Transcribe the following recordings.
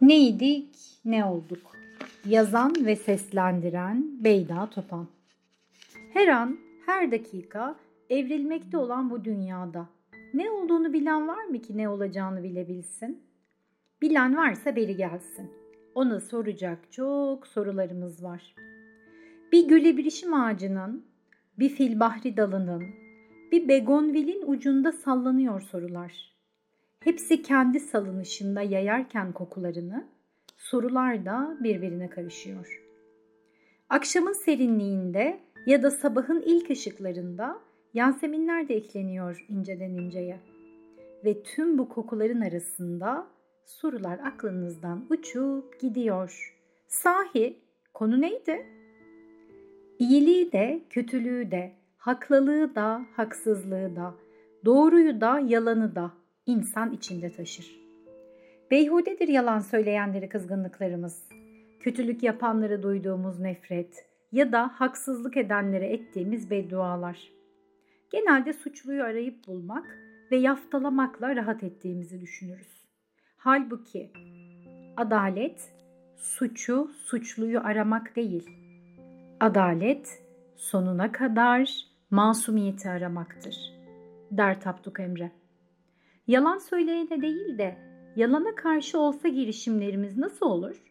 Neydik, ne olduk? Yazan ve seslendiren Beyda Topan. Her an, her dakika evrilmekte olan bu dünyada ne olduğunu bilen var mı ki ne olacağını bilebilsin? Bilen varsa beri gelsin. Ona soracak çok sorularımız var. Bir gülebilişim ağacının, bir filbahri dalının, bir begonvilin ucunda sallanıyor sorular. Hepsi kendi salınışında yayarken kokularını, sorular da birbirine karışıyor. Akşamın serinliğinde ya da sabahın ilk ışıklarında yaseminler de ekleniyor inceden inceye. Ve tüm bu kokuların arasında sorular aklınızdan uçup gidiyor. Sahi konu neydi? İyiliği de, kötülüğü de, haklılığı da, haksızlığı da, doğruyu da, yalanı da insan içinde taşır. Beyhudedir yalan söyleyenlere kızgınlıklarımız, kötülük yapanlara duyduğumuz nefret ya da haksızlık edenlere ettiğimiz beddualar. Genelde suçluyu arayıp bulmak ve yaftalamakla rahat ettiğimizi düşünürüz. Halbuki adalet suçu, suçluyu aramak değil. Adalet sonuna kadar masumiyeti aramaktır, der Tapduk Emre. Yalan söyleyene değil de yalana karşı olsa girişimlerimiz nasıl olur?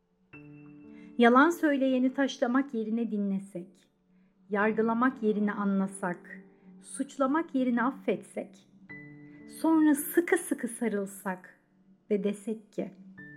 Yalan söyleyeni taşlamak yerine dinlesek, yargılamak yerine anlasak, suçlamak yerine affetsek, sonra sıkı sıkı sarılsak ve desek ki,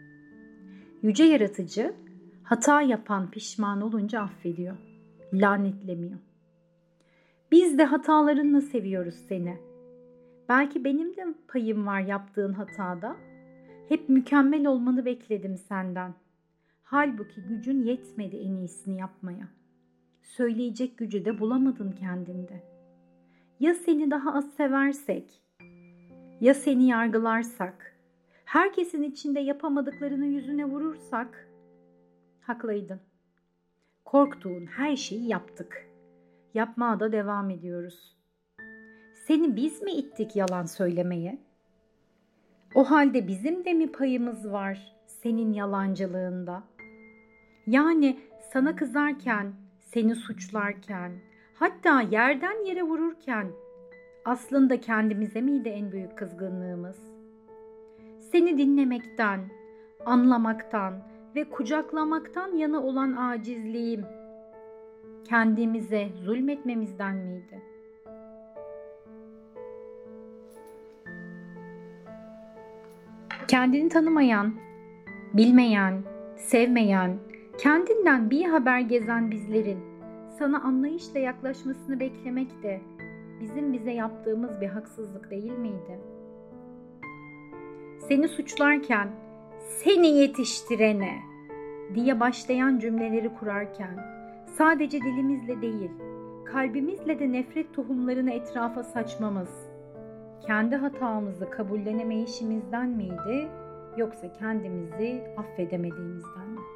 Yüce Yaratıcı hata yapan pişman olunca affediyor, lanetlemiyor. Biz de hatalarınla seviyoruz seni. Belki benim de payım var yaptığın hatada. Hep mükemmel olmanı bekledim senden. Halbuki gücün yetmedi en iyisini yapmaya. Söyleyecek gücü de bulamadın kendinde. Ya seni daha az seversek, ya seni yargılarsak, herkesin içinde yapamadıklarını yüzüne vurursak, haklıydın. Korktuğun her şeyi yaptık. Yapmaya da devam ediyoruz. Seni biz mi ittik yalan söylemeye? O halde bizim de mi payımız var senin yalancılığında? Yani sana kızarken, seni suçlarken, hatta yerden yere vururken aslında kendimize miydi en büyük kızgınlığımız? Seni dinlemekten, anlamaktan ve kucaklamaktan yana olan acizliğim kendimize zulmetmemizden miydi? Kendini tanımayan, bilmeyen, sevmeyen, kendinden bir haber gezen bizlerin sana anlayışla yaklaşmasını beklemek de bizim bize yaptığımız bir haksızlık değil miydi? Seni suçlarken, seni yetiştirene diye başlayan cümleleri kurarken sadece dilimizle değil, kalbimizle de nefret tohumlarını etrafa saçmamız, kendi hatamızı kabullenemeyişimizden miydi yoksa kendimizi affedemediğimizden mi?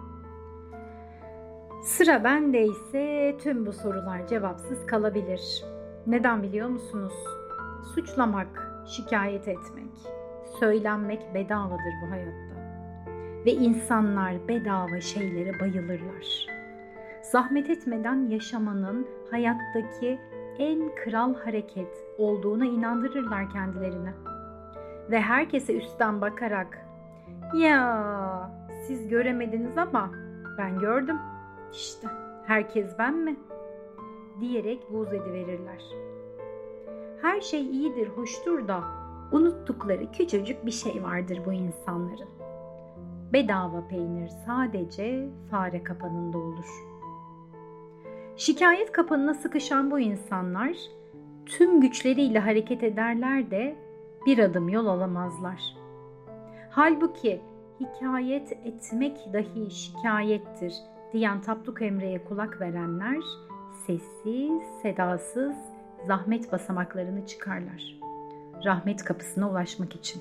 Sıra bende ise tüm bu sorular cevapsız kalabilir. Neden biliyor musunuz? Suçlamak, şikayet etmek, söylenmek bedavadır bu hayatta. Ve insanlar bedava şeylere bayılırlar. Zahmet etmeden yaşamanın hayattaki en kral hareket olduğuna inandırırlar kendilerine. Ve herkese üstten bakarak ya siz göremediniz ama ben gördüm. İşte herkes ben mi? Diyerek buğz ediverirler. Her şey iyidir, hoştur da unuttukları küçücük bir şey vardır bu insanların. Bedava peynir sadece fare kapanında olur. Şikayet kapanına sıkışan bu insanlar tüm güçleriyle hareket ederler de bir adım yol alamazlar. Halbuki hikayet etmek dahi şikayettir diyen Tapduk Emre'ye kulak verenler sessiz, sedasız zahmet basamaklarını çıkarlar. Rahmet kapısına ulaşmak için.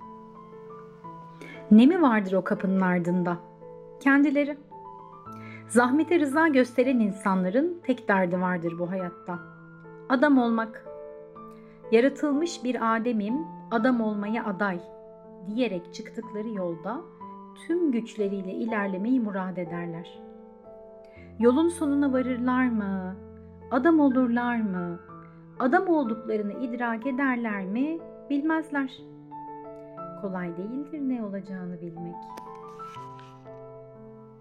Ne mi vardır o kapının ardında? Kendileri. Zahmete rıza gösteren insanların tek derdi vardır bu hayatta. Adam olmak. Yaratılmış bir Adem'im, adam olmaya aday diyerek çıktıkları yolda tüm güçleriyle ilerlemeyi murad ederler. Yolun sonuna varırlar mı? Adam olurlar mı? Adam olduklarını idrak ederler mi? Bilmezler. Kolay değildir ne olacağını bilmek.